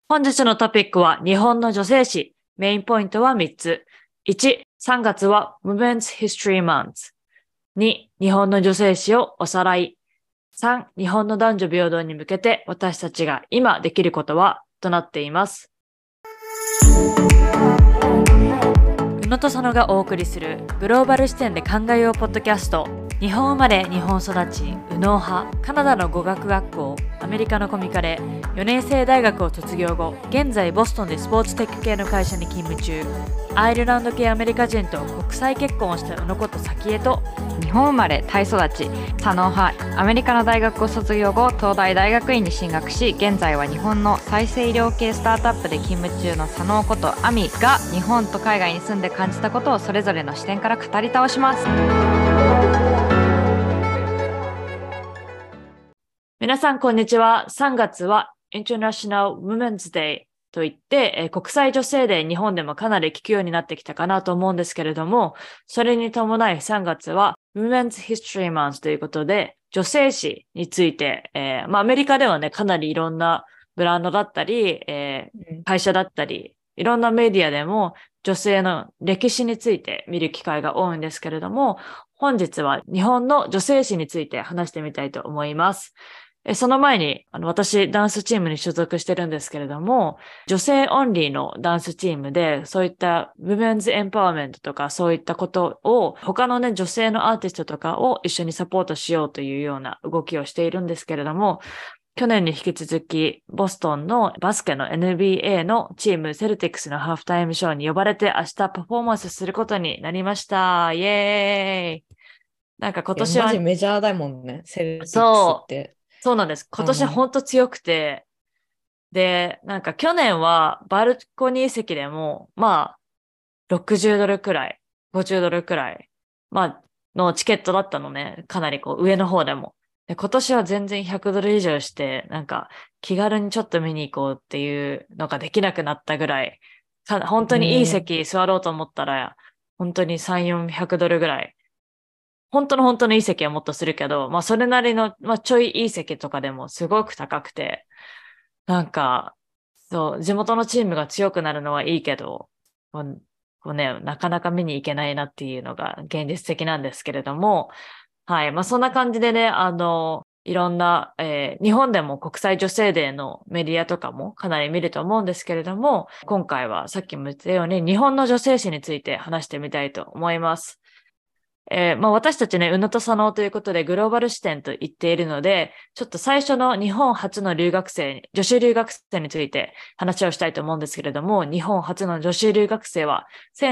本日のトピックは日本の女性誌。メインポイントは3つ。1、3月は Women's History Month。2、日本の女性誌をおさらい。3、日本の男女平等に向けて私たちが今できることはとなっています。宇野と佐野がお送りするグローバル視点で考えようポッドキャスト。日本生まれ日本育ち右脳派、カナダの語学学校、アメリカのコミカレ、4年生大学を卒業後、現在ボストンでスポーツテック系の会社に勤務中、アイルランド系アメリカ人と国際結婚をした宇野こと早紀江と、 日本生まれタイ育ち左脳派、アメリカの大学を卒業後東大大学院に進学し、現在は日本の再生医療系スタートアップで勤務中の左脳ことアミが、日本と海外に住んで感じたことをそれぞれの視点から語り倒します。 皆さんこんにちは。3月は International Women's Day といって、国際女性デー、日本でもかなり聞くようになってきたかなと思うんですけれども、それに伴い3月は Women's History Month ということで、女性誌について、アメリカではね、かなりいろんなブランドだったり、会社だったり、いろんなメディアでも女性の歴史について見る機会が多いんですけれども、本日は日本の女性誌について話してみたいと思います。その前に、私、ダンスチームに所属してるんですけれども、女性オンリーのダンスチームで、そういったウィメンズエンパワーメントとか、そういったことを、他のね、女性のアーティストとかを一緒にサポートしようというような動きをしているんですけれども、去年に引き続き、ボストンのバスケの NBA のチーム、セルティックスのハーフタイムショーに呼ばれて、明日パフォーマンスすることになりました。イエーイ。なんか今年は、 マジメジャーだもんね、セルティックスって。 そうなんです。今年ほんと強くて、で、なんか去年はバルコニー席でも、60ドルくらい、50ドルくらい、のチケットだったのね。かなり上の方でも。で、今年は全然100ドル以上して、なんか気軽にちょっと見に行こうっていうのができなくなったぐらい、本当にいい席座ろうと思ったら、本当に3、400ドルぐらい。本当のいい席はもっとするけど、それなりの、ちょいいい席とかでもすごく高くて、なんか、そう、地元のチームが強くなるのはいいけど、なかなか見に行けないなっていうのが現実的なんですけれども、はい。そんな感じでね、いろんな、日本でも国際女性デーのメディアとかもかなり見ると思うんですけれども、今回はさっきも言ったように日本の女性誌について話してみたいと思います。私たちね、宇野と佐野ということでグローバル視点と言っているので、ちょっと最初の日本初の女子留学生について話をしたいと思うんですけれども、日本初の女子留学生は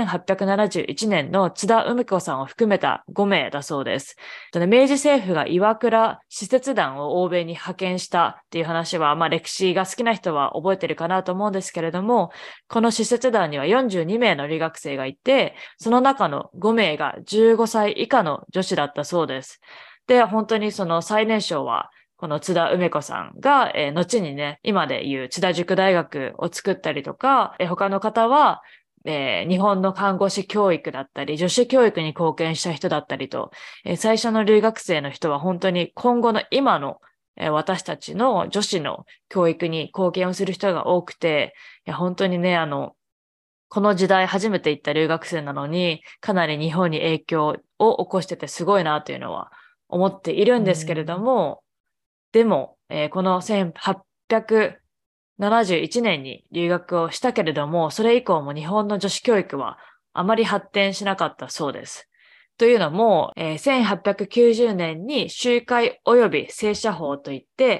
1871年の津田梅子さんを含めた5名だそうです。明治政府が岩倉使節団を欧米に派遣したっていう話は、歴史が好きな人は覚えてるかなと思うんですけれども、この使節団には42名の留学生がいて、その中の5名が15歳以下の女子だったそうです。で、本当にその最年少は、この津田梅子さんが、後にね、今でいう津田塾大学を作ったりとか、他の方は、日本の看護師教育だったり、女子教育に貢献した人だったりと、最初の留学生の人は本当に今後の今の、私たちの女子の教育に貢献をする人が多くて、本当にね、この時代初めて行った留学生なのに、かなり日本に影響を起こしててすごいなというのは思っているんですけれども、でも、この1871年に留学をしたけれども、それ以降も日本の女子教育はあまり発展しなかったそうです。というのも、1890年に集会及び正社法といって、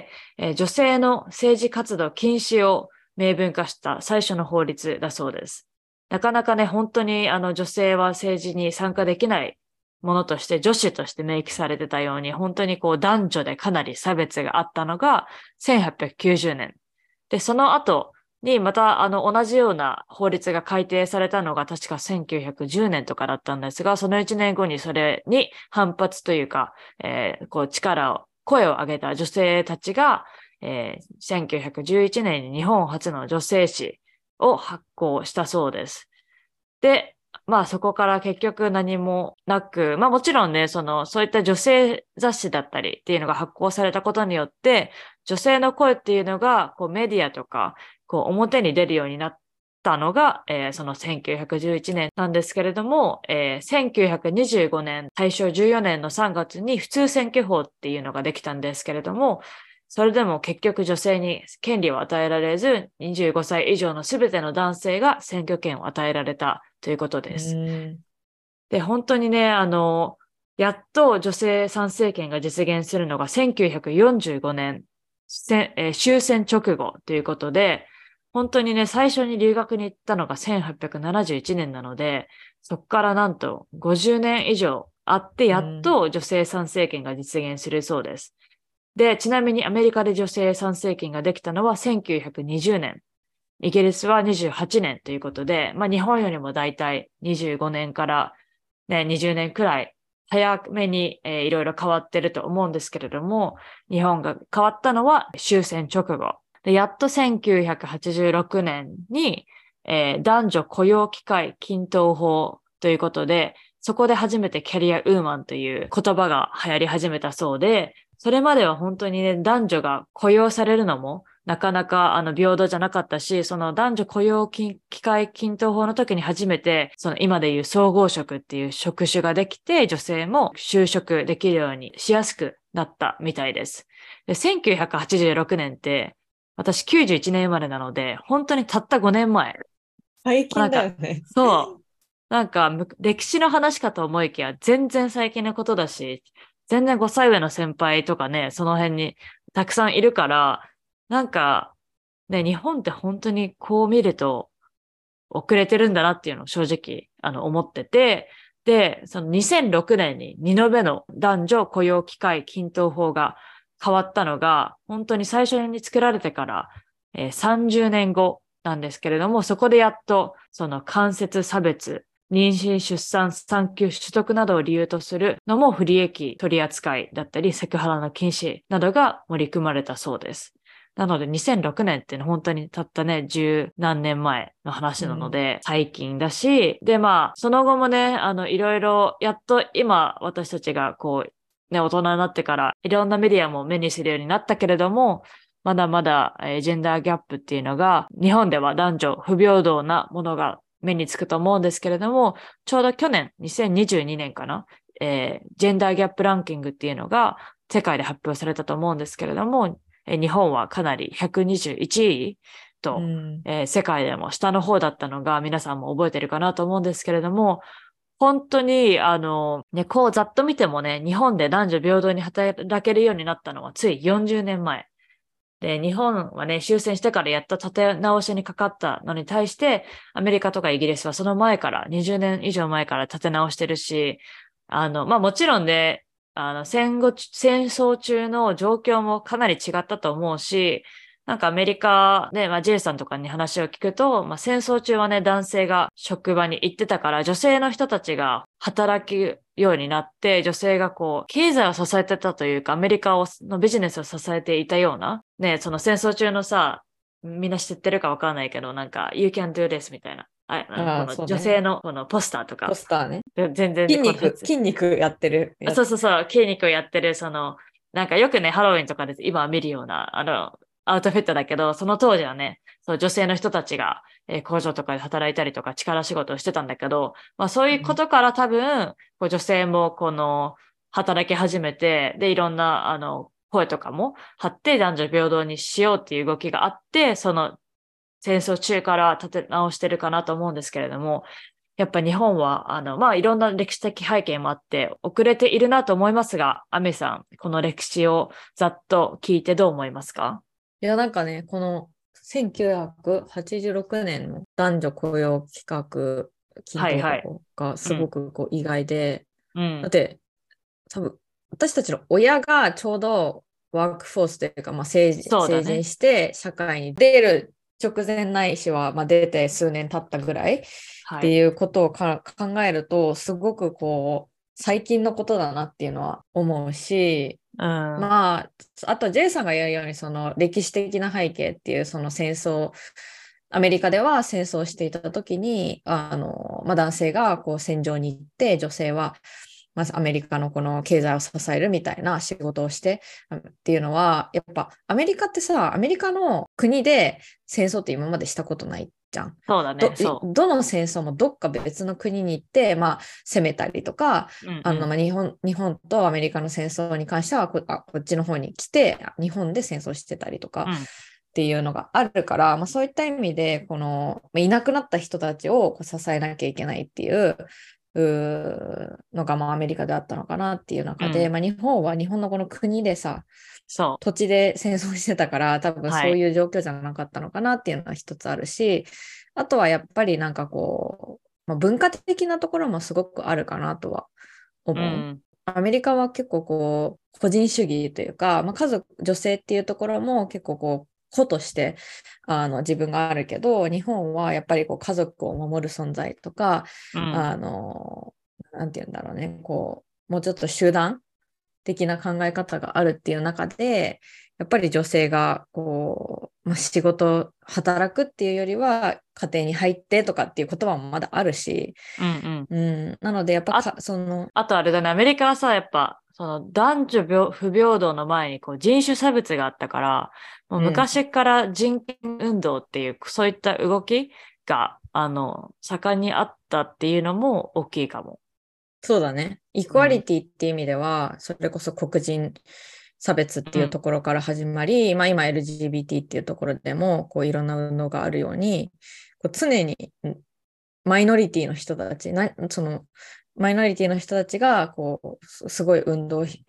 女性の政治活動禁止を明文化した最初の法律だそうです。なかなかね、本当に女性は政治に参加できないものとして、女子として明記されてたように、本当に男女でかなり差別があったのが1890年。で、その後にまた同じような法律が改定されたのが確か1910年とかだったんですが、その1年後にそれに反発というか、声を上げた女性たちが、1911年に日本初の女性誌を発行したそうです。で、そこから結局何もなく、もちろんね、そういった女性雑誌だったりっていうのが発行されたことによって、 女性の声っていうのがこうメディアとかこう表に出るようになったのが、その1911年なんですけれども、1925年、大正14年の3月に普通選挙法っていうのができたんですけれども、それでも結局女性に権利を与えられず、25歳以上のすべての男性が選挙権を与えられたということです。で、本当にね、やっと女性参政権が実現するのが1945年、終戦直後ということで、本当にね、最初に留学に行ったのが1871年なので、そこからなんと50年以上あって、やっと女性参政権が実現するそうです。で、ちなみにアメリカで女性参政権ができたのは1920年。イギリスは28年ということで、まあ日本よりもだいたい25年からね、20年くらい早めに、いろいろ変わってると思うんですけれども、日本が変わったのは終戦直後。で、やっと1986年に、男女雇用機会均等法ということで、そこで初めてキャリアウーマンという言葉が流行り始めたそうで、それまでは本当にね、男女が雇用されるのもなかなか平等じゃなかったし、その男女雇用機会均等法の時に初めて、その今でいう総合職っていう職種ができて、女性も就職できるようにしやすくなったみたいです。で、1986年って、私91年生まれなので、本当にたった5年前。 最近だよね。 そう。なんか、歴史の話かと思いきや、全然最近のことだし、全然5歳上の先輩とかね、その辺にたくさんいるから、なんか、ね、日本って本当にこう見ると遅れてるんだなっていうのを正直、思ってて、で、その2006年に2度目の男女雇用機会均等法が変わったのが、本当に最初に作られてから、30年後なんですけれども、そこでやっと、その間接差別、妊娠、出産、産休取得などを理由とするのも不利益取り扱いだったり、セクハラの禁止などが盛り組まれたそうです。なので2006年って本当にたったね、十何年前の話なので、最近だし、でまあ、その後もね、いろいろ、やっと今私たちがこう、ね、大人になってから、いろんなメディアも目にするようになったけれども、まだまだ、ジェンダーギャップっていうのが、日本では男女不平等なものが目につくと思うんですけれども、ちょうど去年、2022年かな、ジェンダーギャップランキングっていうのが世界で発表されたと思うんですけれども、日本はかなり121位と、世界でも下の方だったのが皆さんも覚えてるかなと思うんですけれども、本当に、ね、こうざっと見てもね、日本で男女平等に働けるようになったのはつい40年前。で、日本はね、終戦してからやっと立て直しにかかったのに対して、アメリカとかイギリスはその前から、20年以上前から立て直してるし、まあもちろんね、戦争中の状況もかなり違ったと思うし、なんかアメリカで、まあ J さんとかに話を聞くと、まあ戦争中はね、男性が職場に行ってたから、女性の人たちが働くようになって、女性がこう、経済を支えてたというか、アメリカのビジネスを支えていたような、ね、その戦争中のさ、みんな知ってるかわかんないけど、なんか、You can do this みたいな。この女性のこのポスターとか。 ポスターね。 全然筋肉やってるやつ。 そう、筋肉をやってる、なんかよくね、ハロウィンとかで今見るような、アウトフィットだけど、その当時はね、そう女性の人たちが、工場とかで働いたりとか力仕事をしてたんだけど、まあそういうことから多分、こう女性も働き始めて、で、いろんな、声とかも張って男女平等にしようっていう動きがあって、その戦争中から立て直してるかなと思うんですけれども、やっぱ日本は、まあ、いろんな歴史的背景もあって遅れているなと思いますが、アメさん、この歴史をざっと聞いてどう思いますか？ いや、なんかね、この1986年の男女雇用規格均等法がすごく意外で、だって多分私たちの親がちょうどワークフォースというか、まあ、成人して社会に出る直前ないしは、まあ、出て数年経ったぐらいっていうことを考えると、すごく最近のことだなっていうのは思うし、まあ、あと J さんが言うようにその歴史的な背景っていうその戦争、アメリカでは戦争していた時にまあ、男性が戦場に行って女性はまずアメリカのこの経済を支えるみたいな仕事をしてっていうのは、やっぱアメリカってさ、アメリカの国で戦争って今までしたことないじゃん。 そうだね、そう。 どの戦争もどっか別の国に行って、まあ、攻めたりとか、まあ、日本とアメリカの戦争に関してはこっちの方に来て、日本で戦争してたりとか、っていうのがあるから、まあ、そういった意味で、この、いなくなった人たちをこう支えなきゃいけないっていうのが、まあ、アメリカであったのかなっていう中で、まあ、日本は日本のこの国でさ、土地で戦争してたから、多分そういう状況じゃなかったのかなっていうのは一つあるし、あとはやっぱりなんかこう、まあ、文化的なところもすごくあるかなとは思う。アメリカは結構こう、個人主義というか、まあ、女性っていうところも結構こう、子として自分があるけど、日本はやっぱりこう家族を守る存在とか、なんて言うんだろうね、こう、もうちょっと集団的な考え方があるっていう中で、やっぱり女性がこう、まあ、仕事、働くっていうよりは家庭に入ってとかっていう言葉もまだあるし、なのでやっぱあとあれだね、アメリカはさ、やっぱその男女不平等の前にこう人種差別があったから、もう昔から人権運動っていう、そういった動きが盛んにあったっていうのも大きいかも。 そうだね。イクアリティっていう意味では、それこそ黒人差別っていうところから始まり、まあ今 LGBT っていうところでもこういろんな運動があるように、こう常にマイノリティの人たち、マイノリティの人たちがこうすごい運動して、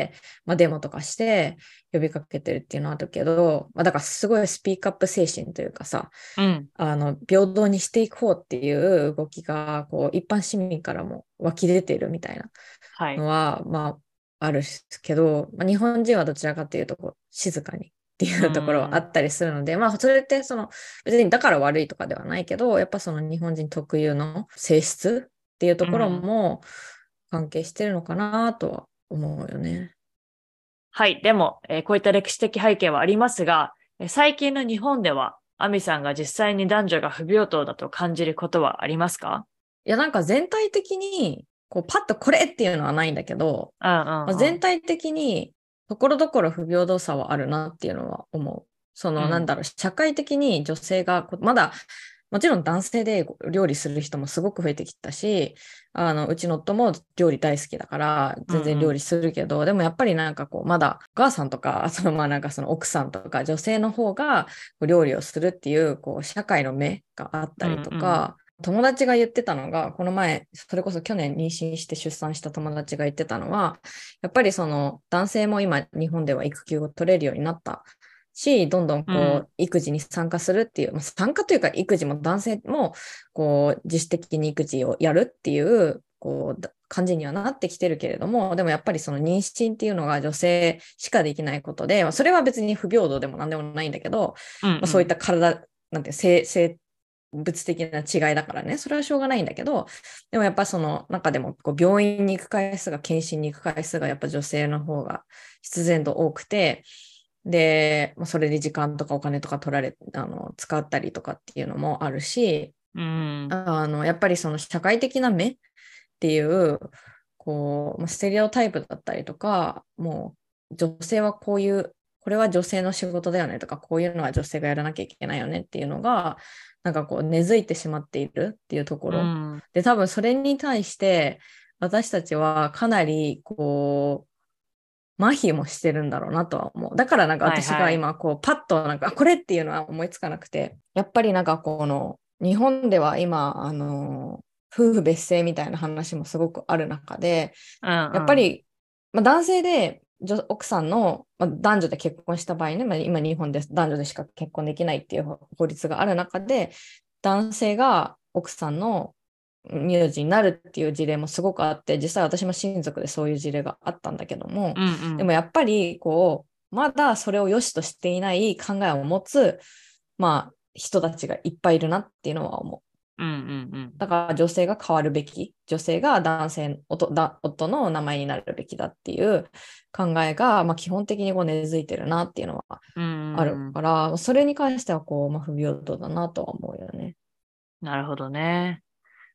まあ、デモとかして呼びかけてるっていうのはあるけど、まあ、だからすごいスピークアップ精神というかさ、平等にしていこうっていう動きがこう一般市民からも湧き出てるみたいなのは、まああるけど、まあ、日本人はどちらかというとこう静かにっていうところはあったりするので、まあそれって別にだから悪いとかではないけど、やっぱその日本人特有の性質っていうところも関係してるのかなとは思うよね。 はい。でも、こういった歴史的背景はありますが、最近の日本では、アミさんが実際に男女が不平等だと感じることはありますか？ いや、なんか全体的に、こう、パッとこれっていうのはないんだけど、全体的に、ところどころ不平等さはあるなっていうのは思う。なんだろう、社会的に女性が、まだ、もちろん男性で料理する人もすごく増えてきたし、うちの夫も料理大好きだから、全然料理するけど、でもやっぱりなんかこう、まだお母さんとか、まあなんか奥さんとか女性の方が料理をするっていう、こう、社会の目があったりとか、友達が言ってたのが、この前、それこそ去年妊娠して出産した友達が言ってたのは、やっぱり男性も今日本では育休を取れるようになったし、どんどんこう、育児に参加するっていう、参加というか育児も男性もこう自主的に育児をやるっていうこう感じにはなってきてるけれども、でもやっぱり妊娠っていうのが女性しかできないことで、それは別に不平等でも何でもないんだけど、そういったなんて性物的な違いだからね、それはしょうがないんだけど、でもやっぱ中でもこう病院に行く回数が、検診に行く回数がやっぱ女性の方が必然と多くて、で、それで時間とかお金とか使ったりとかっていうのもあるし、やっぱり社会的な目っていう、こう、ステレオタイプだったりとか、もう女性はこれは女性の仕事だよねとか、こういうのは女性がやらなきゃいけないよねっていうのが、なんかこう根付いてしまっているっていうところ。で、多分それに対して私たちはかなりこう、麻痺もしてるんだろうなとは思う。だからなんか私が今こうパッとなんかこれっていうのは思いつかなくて、やっぱりなんか日本では今夫婦別姓みたいな話もすごくある中で、やっぱり、男性で奥さんの、男女で結婚した場合ね、今日本で男女でしか結婚できないっていう法律がある中で、男性が奥さんの名字になるっていう事例もすごくあって、実際私も親族でそういう事例があったんだけども、でもやっぱりこうまだそれを良しとしていない考えを持つ、人たちがいっぱいいるなっていうのは思う。だから女性が変わるべき、女性が夫の名前になるべきだっていう考えが、基本的に根付いてるなっていうのはあるから、それに関しては不平等だなとは思うよね。 なるほどね。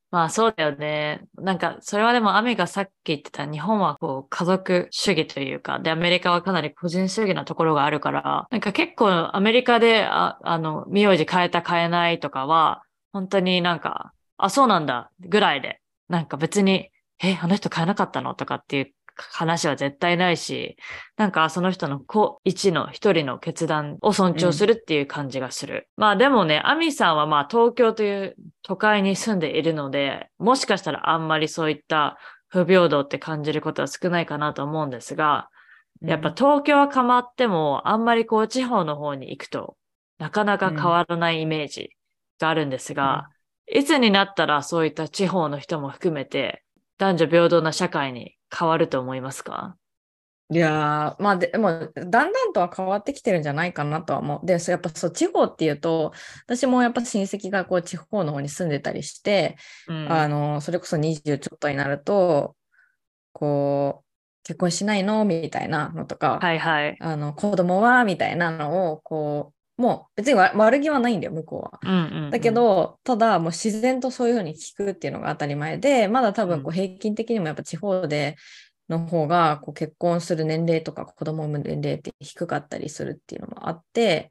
まあそうだよね。なんか、それはでもアミがさっき言ってた日本はこう家族主義というか、で、アメリカはかなり個人主義なところがあるから、なんか結構アメリカで、名字変えた変えないとかは、本当になんか、あ、そうなんだ、ぐらいで、なんか別に、あの人変えなかったのとかっていう話は絶対ないし、なんかその人の一人の決断を尊重するっていう感じがする。まあでもね、アミさんはまあ東京という都会に住んでいるので、もしかしたらあんまりそういった不平等って感じることは少ないかなと思うんですが、やっぱ東京は構ってもあんまりこう地方の方に行くとなかなか変わらないイメージがあるんですが、いつになったらそういった地方の人も含めて男女平等な社会に変わると思いますか？ いやー、まあでも、だんだんとは変わってきてるんじゃないかなとは思う。で、やっぱそう、地方っていうと、私もやっぱ親戚がこう、地方の方に住んでたりして、 うん。 それこそ20ちょっとになると、こう、結婚しないのみたいなのとか、 はいはい。 子供はみたいなのを、こう、もう別に悪気はないんだよ、向こうは。 うんうんだうん。 けど、ただもう自然とそういうふうに聞くっていうのが当たり前で、まだ多分こううん。 平均的にもやっぱ地方での方がこう結婚する年齢とか子供を産む年齢って低かったりするっていうのもあって、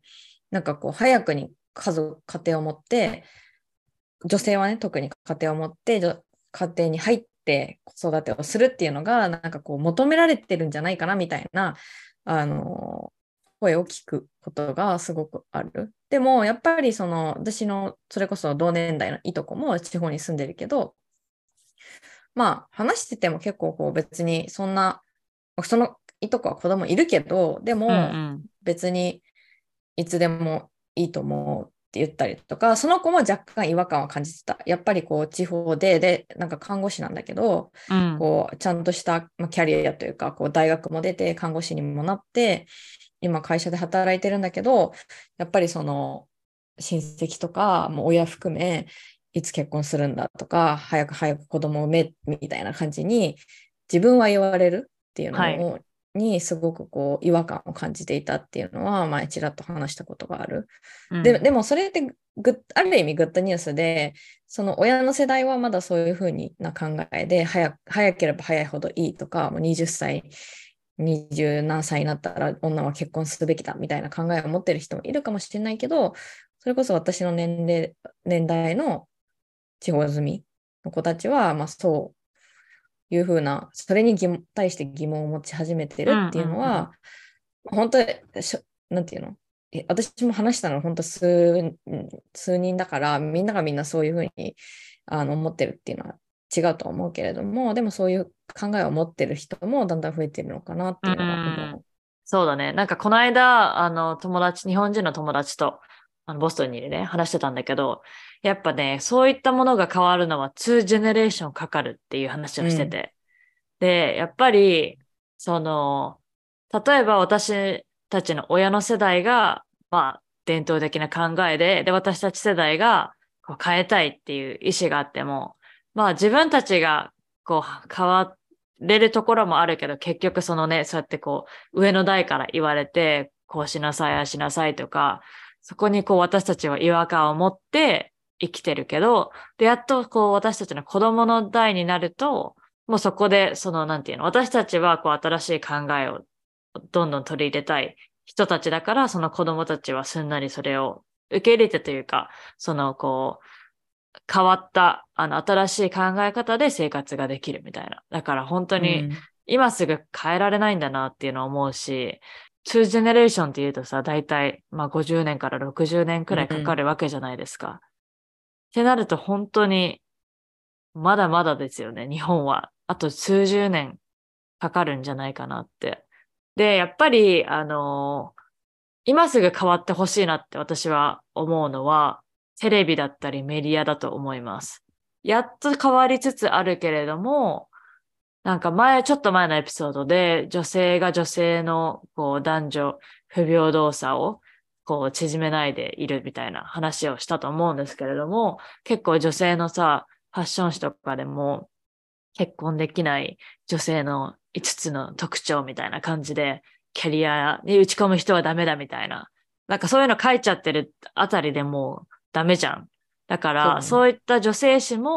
なんかこう早くに家庭を持って、女性はね、特に家庭を持って、家庭に入って子育てをするっていうのが、なんかこう求められてるんじゃないかなみたいな、あの、声を聞くことがすごくある。でも、やっぱりその、私のそれこそ同年代のいとこも地方に住んでるけど、まあ、話してても結構こう別にそんな、そのいとこは子供いるけど、でうんもうん。 別にいつでもいいと思うって言ったりとか、その子も若干違和感を感じてた。やっぱりこう地方で、なんか看護師なんだけど、 うん。 こうちゃんとした、キャリアというか、こう大学も出て看護師にもなって、今会社で働いてるんだけど、やっぱりその親戚とか、もう親含め、いつ結婚するんだとか、早く早く子供を産めみたいな感じに自分は言われるっていうはい。 のをにすごくこう違和感を感じていたっていうのは前ちらっと話したことがある。でうん。 もそれってある意味グッドニュースで、その親の世代はまだそういうふうな考えで早ければ早いほどいいとか、もう20歳、20何歳になったら女は結婚すべきだみたいな考えを持ってる人もいるかもしれないけど、それこそ私の年代の地方住みの子たちは、まあそういうふうな、それに対して疑問を持ち始めてうんるっていうのうんうん。 は、本当になんていうの、私も話したの本当数人だから、みんながみんなそういうふうに思ってるっていうのは違うと思うけれども、でもそういう考えを持ってる人もだんだん増えてるのかなっうていうのはん。 思そうだね。なんかこの間、日本人の友達と、ボストンにいるね、話してたんだけど、やっぱね、そういったものが変わるのは2ジェネレーションかかるっていう話う。うん。 をしてて。で、やっぱり、その、例えば私たちの親の世代が、まあ、伝統的な考えで、私たち世代がこう変えたいっていう意思があっても、まあ自分たちがこう変われるところもあるけど、結局そのね、そうやってこう、上の代から言われて、こうしなさい、ああしなさいとか、そこにこう私たちは違和感を持って生きてるけど、で、やっとこう私たちの子供の代になると、もうそこで、なんていうの、私たちはこう新しい考えをどんどん取り入れたい人たちだから、その子供たちはすんなりそれを受け入れてというか、変わった、新しい考え方で生活ができるみたいな。だから本当に、 うん。 今すぐ変えられないんだなっていうのを思うし、2ジェネレーションっていうとさ、だいたい、まあ50年から60年くらいかかうん。 るわけじゃないですか。ってなると本当に、まだまだですよね、日本は。あと数十年かかるんじゃないかなって。で、やっぱり、今すぐ変わってほしいなって私は思うのは、テレビだったりメディアだと思います。やっと変わりつつあるけれども、なんかちょっと前のエピソードで、女性が女性のこう男女不平等さをこう縮めないでいるみたいな話をしたと思うんですけれども、結構女性のさ、ファッション誌とかでも結婚できない女性の5つの特徴みたいな感じで、キャリアに打ち込む人はダメだみたいな。なんかそういうの書いちゃってるあたりでもうダメじゃん。だから、 そうね。 そういった女性誌も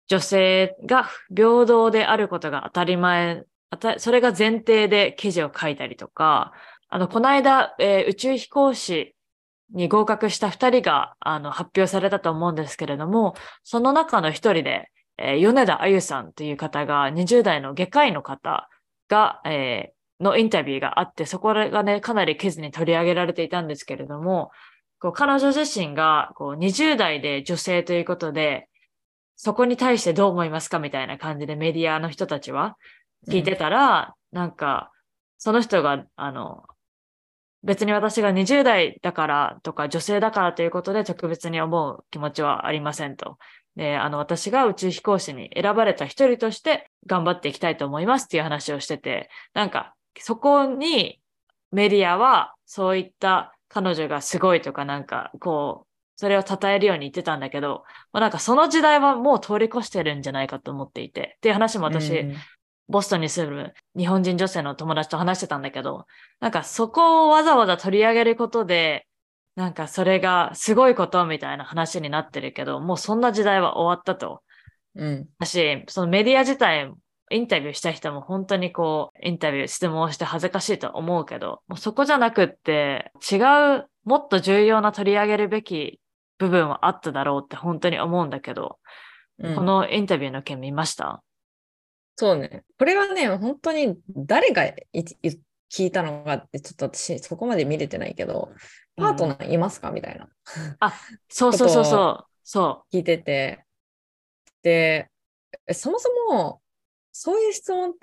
女性が平等であることが当たり前、それが前提で記事を書いたりとか、この間、宇宙飛行士に合格した2人が発表されたと思うんですけれども、その中の1人で、米田あゆさんという方が20代の外科医の方が、のインタビューがあって、そこがね、かなり記事に取り上げられていたんですけれども、彼女自身が20代で女性ということで、そこに対してどう思いますかみたいな感じでメディアの人たちは聞いてたら、なんか、その人が、別に私が20代だからとか女性だからということで特別に思う気持ちはありませんと。で、私が宇宙飛行士に選ばれた一人として頑張っていきたいと思いますっていう話をしてて、なんか、そこにメディアはそういった彼女がすごいとかなんか、それを称えるように言ってたんだけど、なんかその時代はもう通り越してるんじゃないかと思っていて、っていう話も私、ボストンに住む日本人女性の友達と話してたんだけど、なんかそこをわざわざ取り上げることで、なんかそれがすごいことみたいな話になってるけど、もうそんな時代は終わったと。私、そのメディア自体、インタビューした人も本当にインタビュー、質問をして恥ずかしいと思うけど、もうそこじゃなくって、違う、もっと重要な取り上げるべき部分はあっただろうって本当に思うんだけど、このインタビューの件見ました？ そうね。これはね、本当に誰が聞いたのかって、ちょっと私、そこまで見れてないけど、パートナーいますかみたいな。 そうそうそうそう。そう。聞いてて。で、そもそも、そういう質問って、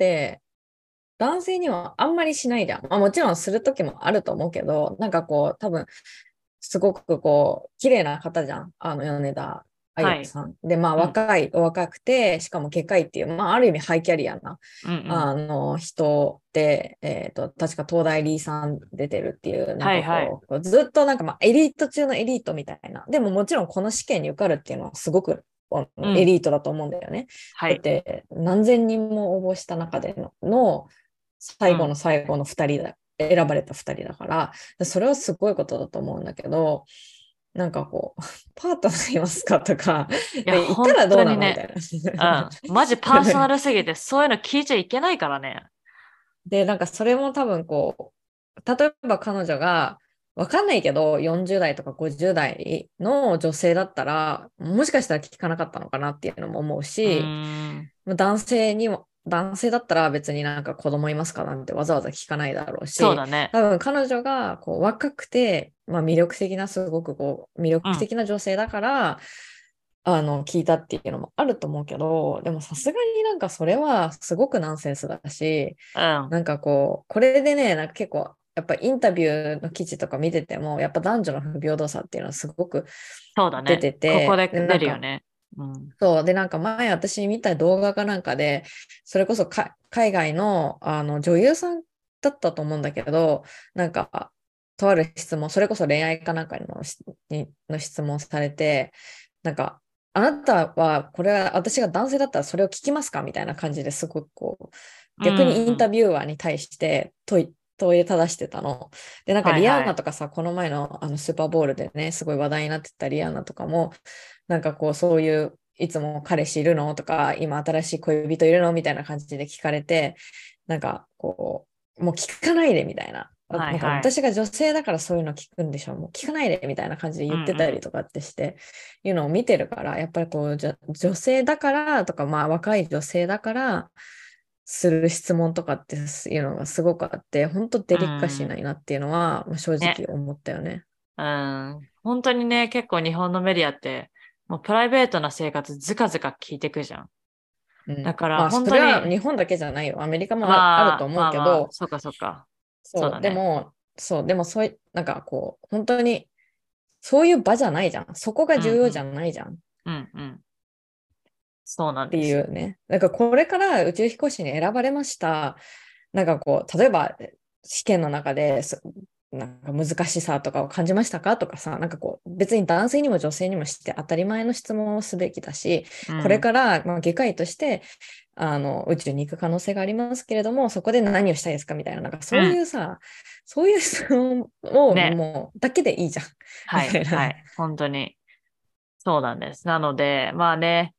男性にはあんまりしないじゃん。もちろんするときもあると思うけど、なんか多分、すごく綺麗な方じゃん。米田あゆさん。で、若くて、しかも外科医っていう、ある意味ハイキャリアな、人で、確か東大リーさん出てるっていう、なんかずっとなんかエリート中のエリートみたいな。でももちろんこの試験に受かるっていうのはすごくエリートだと思うんだよね。だって何千人も応募した中での最後の最後の2人だ。選ばれた2人だから、それはすごいことだと思うんだけど、なんかパートナーいますかとか、言ったらどうなのみたいな。 マジパーソナルすぎて、そういうの聞いちゃいけないからね。 で、なんかそれも多分例えば彼女が、わかんないけど、40代とか50代の女性だったら、もしかしたら聞かなかったのかなっていうのも思うし、男性だったら別になんか子供いますかなんてわざわざ聞かないだろうし、 そうだね。 多分彼女が若くて、魅力的な、すごく魅力的な女性だから、聞いたっていうのもあると思うけど、でもさすがになんかそれはすごくナンセンスだし、なんかこれでね、なんか結構、やっぱインタビューの記事とか見てても、やっぱ男女の不平等さっていうのはすごく出てて、 ここで出るよね。 そうで、なんか前私見た動画かなんかで、それこそ海外の、女優さんだったと思うんだけど、なんかとある質問、それこそ恋愛かなんかの質問されて、なんかあなたはこれは私が男性だったらそれを聞きますかみたいな感じですごく逆にインタビュアーに対して問いただしてたの。で、なんかリアーナとかさ、この前のスーパーボールでね、すごい話題になってたリアーナとかも、なんかそういういつも彼氏いるのとか、今新しい恋人いるのみたいな感じで聞かれて、なんかもう聞かないでみたいな。なんか私が女性だからそういうの聞くんでしょ、もう聞かないでみたいな感じで言ってたりとかってして、いうのを見てるから、やっぱり女性だからとか、若い女性だからする質問とかっていうのがすごくあって、本当デリカシーないなっていうのは正直思ったよね。 本当にね、結構日本のメディアって、もうプライベートな生活ずかずか聞いてくじゃん。だから本当に。 それは日本だけじゃないよ。アメリカもあると思うけど。 そうかそうか。 そう、でもそういう、なんか本当に、そういう場じゃないじゃん。そこが重要じゃないじゃん。 そうなんです。 っていうね。なんかこれから宇宙飛行士に選ばれました。なんか例えば試験の中で、なんか難しさとかを感じましたかとかさ、なんか別に男性にも女性にもして当たり前の質問をすべきだし、これから外科医として宇宙に行く可能性がありますけれども、そこで何をしたいですかみたいな、なんかそういうさ、そういう質問をもうだけでいいじゃん。 はい、本当に。そうなんです。なので、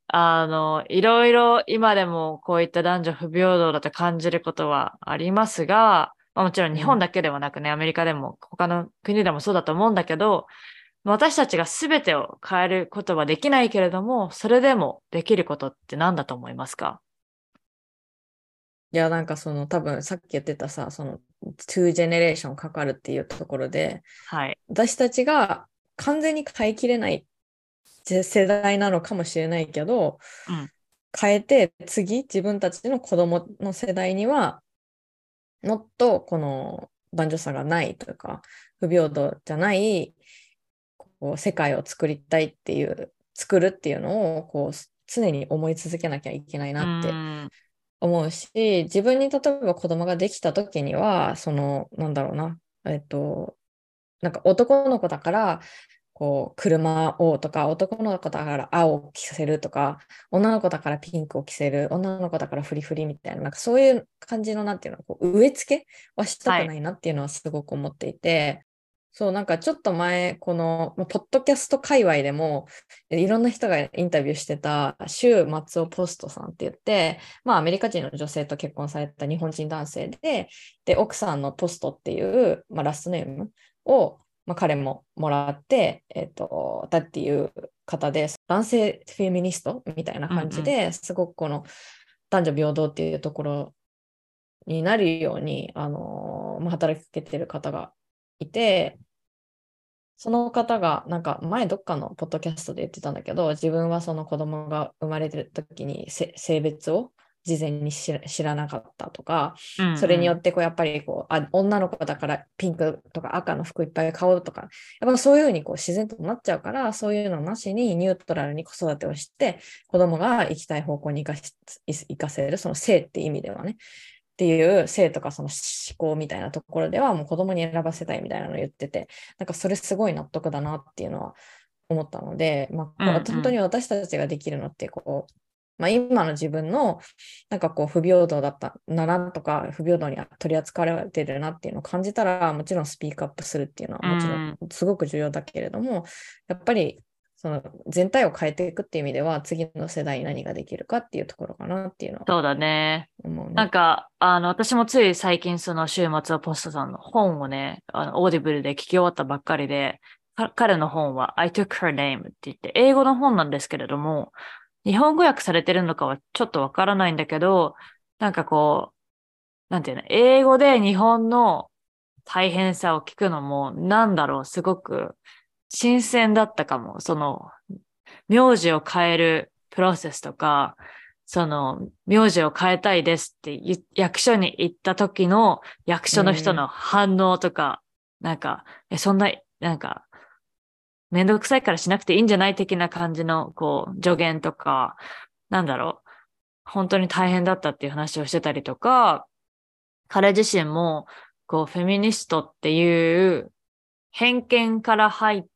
いろいろ今でもこういった男女不平等だと感じることはありますが、まあ、もちろん日本だけではなくね、アメリカでも他の国でもそうだと思うんだけど、私たちが全てを変えることはできないけれども、それでもできることって何だと思いますか？ いや、なんか多分さっき言ってたさ、2ジェネレーションかかるっていうところで、 はい。 私たちが完全に変えきれない世代なのかもしれないけど、 うん。 変えて次自分たちの子供の世代にはもっとこの男女差がないというか不平等じゃないこう世界を作るっていうのをこう常に思い続けなきゃいけないうなってーん。 思うし、自分に例えば子供ができた時にはなんだろうな、なんか男の子だからこう車をとか、男の子だから青を着せるとか、女の子だからピンクを着せる、女の子だからフリフリみたいな、なんかそういう感じのなんていうの、こう植え付けはしたはい。 くないなっていうのはすごく思っていて、そう、なんかちょっと前、この、ポッドキャスト界隈でも、いろんな人がインタビューしてた、周松尾ポストさんって言って、まあ、アメリカ人の女性と結婚された日本人男性で、奥さんのポストっていう、まあ、ラストネームを、まあ、彼ももらって、だっていう方で、男性フェミニストみたいなうんうん。 感じですごくこの男女平等っていうところになるように、まあ、働きかけてる方がいて、その方がなんか前どっかのポッドキャストで言ってたんだけど、自分はその子供が生まれてる時に性別を事前に知らなかったとか、 うんそれにようん。 ってこうやっぱり女の子だからピンクとか赤の服いっぱい買うとか、やっぱそういうふうにこう自然となっちゃうから、そういうのなしにニュートラルに子育てをして、子供が行きたい方向に行かせる、その性って意味ではね。っていう性とかその思考みたいなところではもう子供に選ばせたいみたいなのを言ってて、なんかそれすごい納得だなっていうのは思ったので、まあ、 うんうん。 本当に私たちができるのってまあ、今の自分のなんかこう不平等だったなとか不平等に取り扱われてるなっていうのを感じたら、もちろんスピークアップするっていうのはうもちろんん。 すごく重要だけれども、やっぱりその全体を変えていくっていう意味では次の世代に何ができるかっていうところかなっていうのはそうだね。 思うね。 なんか、私もつい最近その週末はポストさんの本をね、オーディブルで聞き終わったばっかりで、彼の本は I took her name って言って、英語の本なんですけれども、日本語訳されてるのかはちょっとわからないんだけど、なんかこう、なんていうの、英語で日本の大変さを聞くのも、なんだろう、すごく新鮮だったかも。名字を変えるプロセスとか、名字を変えたいですって役所に行った時の役う所の人のん反応とか、なんか、そんな、なんか、めんどくさいからしなくていいんじゃない的な感じの、こう、助言とか、なんだろう、本当に大変だったっていう話をしてたりとか、彼自身も、こう、フェミニストっていう偏見から入って、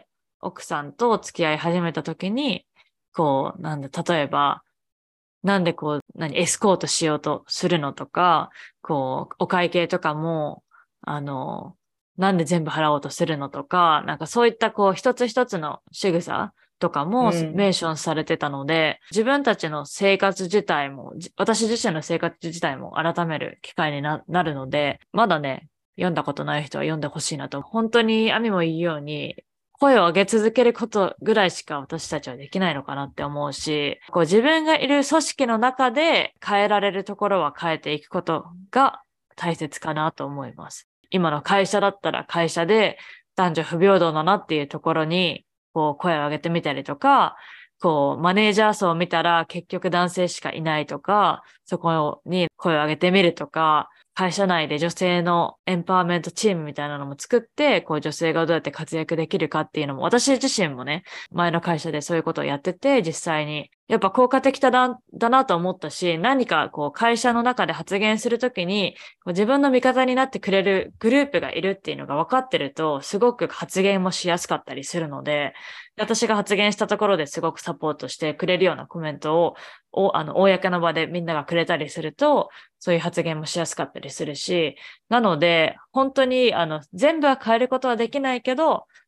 奥さんと付き合い始めた時に、こう、例えば、なんでこう、エスコートしようとするのとか、こう、お会計とかも、あの、なんで全部払おうとするのとか、なんかそういったこう、一つ一つの仕草とかもメンうんションされてたので、自分たちの生活自体も、私自身の生活自体も改める機会になるので、まだね、読んだことない人は読んでほしいなと。本当に、アミも言うように、声を上げ続けることぐらいしか私たちはできないのかなって思うし、こう自分がいる組織の中で変えられるところは変えていくことが大切かなと思います。今の会社だったら会社で男女不平等だなっていうところにこう声を上げてみたりとか、こうマネージャー層を見たら結局男性しかいないとか、そこに声を上げてみるとか、会社内で女性のエンパワーメントチームみたいなのも作って、こう女性がどうやって活躍できるかっていうのも、私自身もね、前の会社でそういうことをやってて、実際に。やっぱ効果的だなと思ったし、何かこう会社の中で発言するときに、こう自分の味方になってくれるグループがいるっていうのが分かってると、すごく発言もしやすかったりするので、私が発言したところですごくサポートしてくれるようなコメント公の場でみんながくれたりすると、そういう発言もしやすかったりするし、なので、本当に、全部は変えることはできないけど、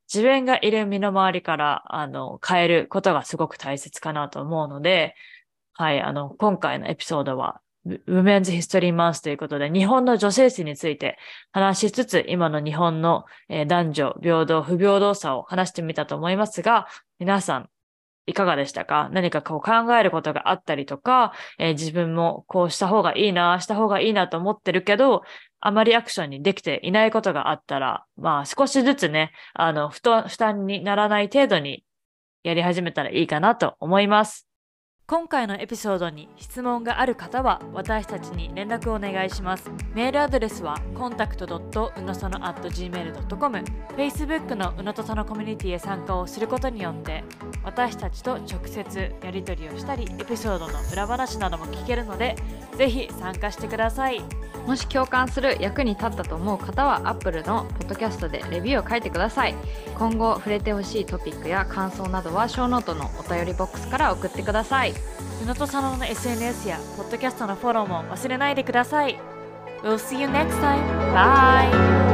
自分がいる身の回りから変えることがすごく大切かなと思うので、はい、今回のエピソードはWomen's History Month ということで、日本の女性史について話しつつ、今の日本の男女平等、不平等さを話してみたと思いますが、皆さんいかがでしたか？何かこう考えることがあったりとか、自分もこうした方がいいな、した方がいいなと思ってるけど、あまりアクションにできていないことがあったら、まあ少しずつね、負担にならない程度にやり始めたらいいかなと思います。今回のエピソードに質問がある方は私たちに連絡をお願いします。メールアドレスは contact.unosono@gmail.com、 Facebook のうのとそのコミュニティへ参加をすることによって私たちと直接やり取りをしたり、エピソードの裏話なども聞けるので、ぜひ参加してください。 もし共感する、役に立ったと思う方は Apple のポッドキャストでレビューを書いてください。今後触れてほしいトピックや感想などはショーノートのお便りボックスから送ってください。 うのとそのの SNS やポッドキャストのフォローも忘れないでください。We'll see you next time. Bye!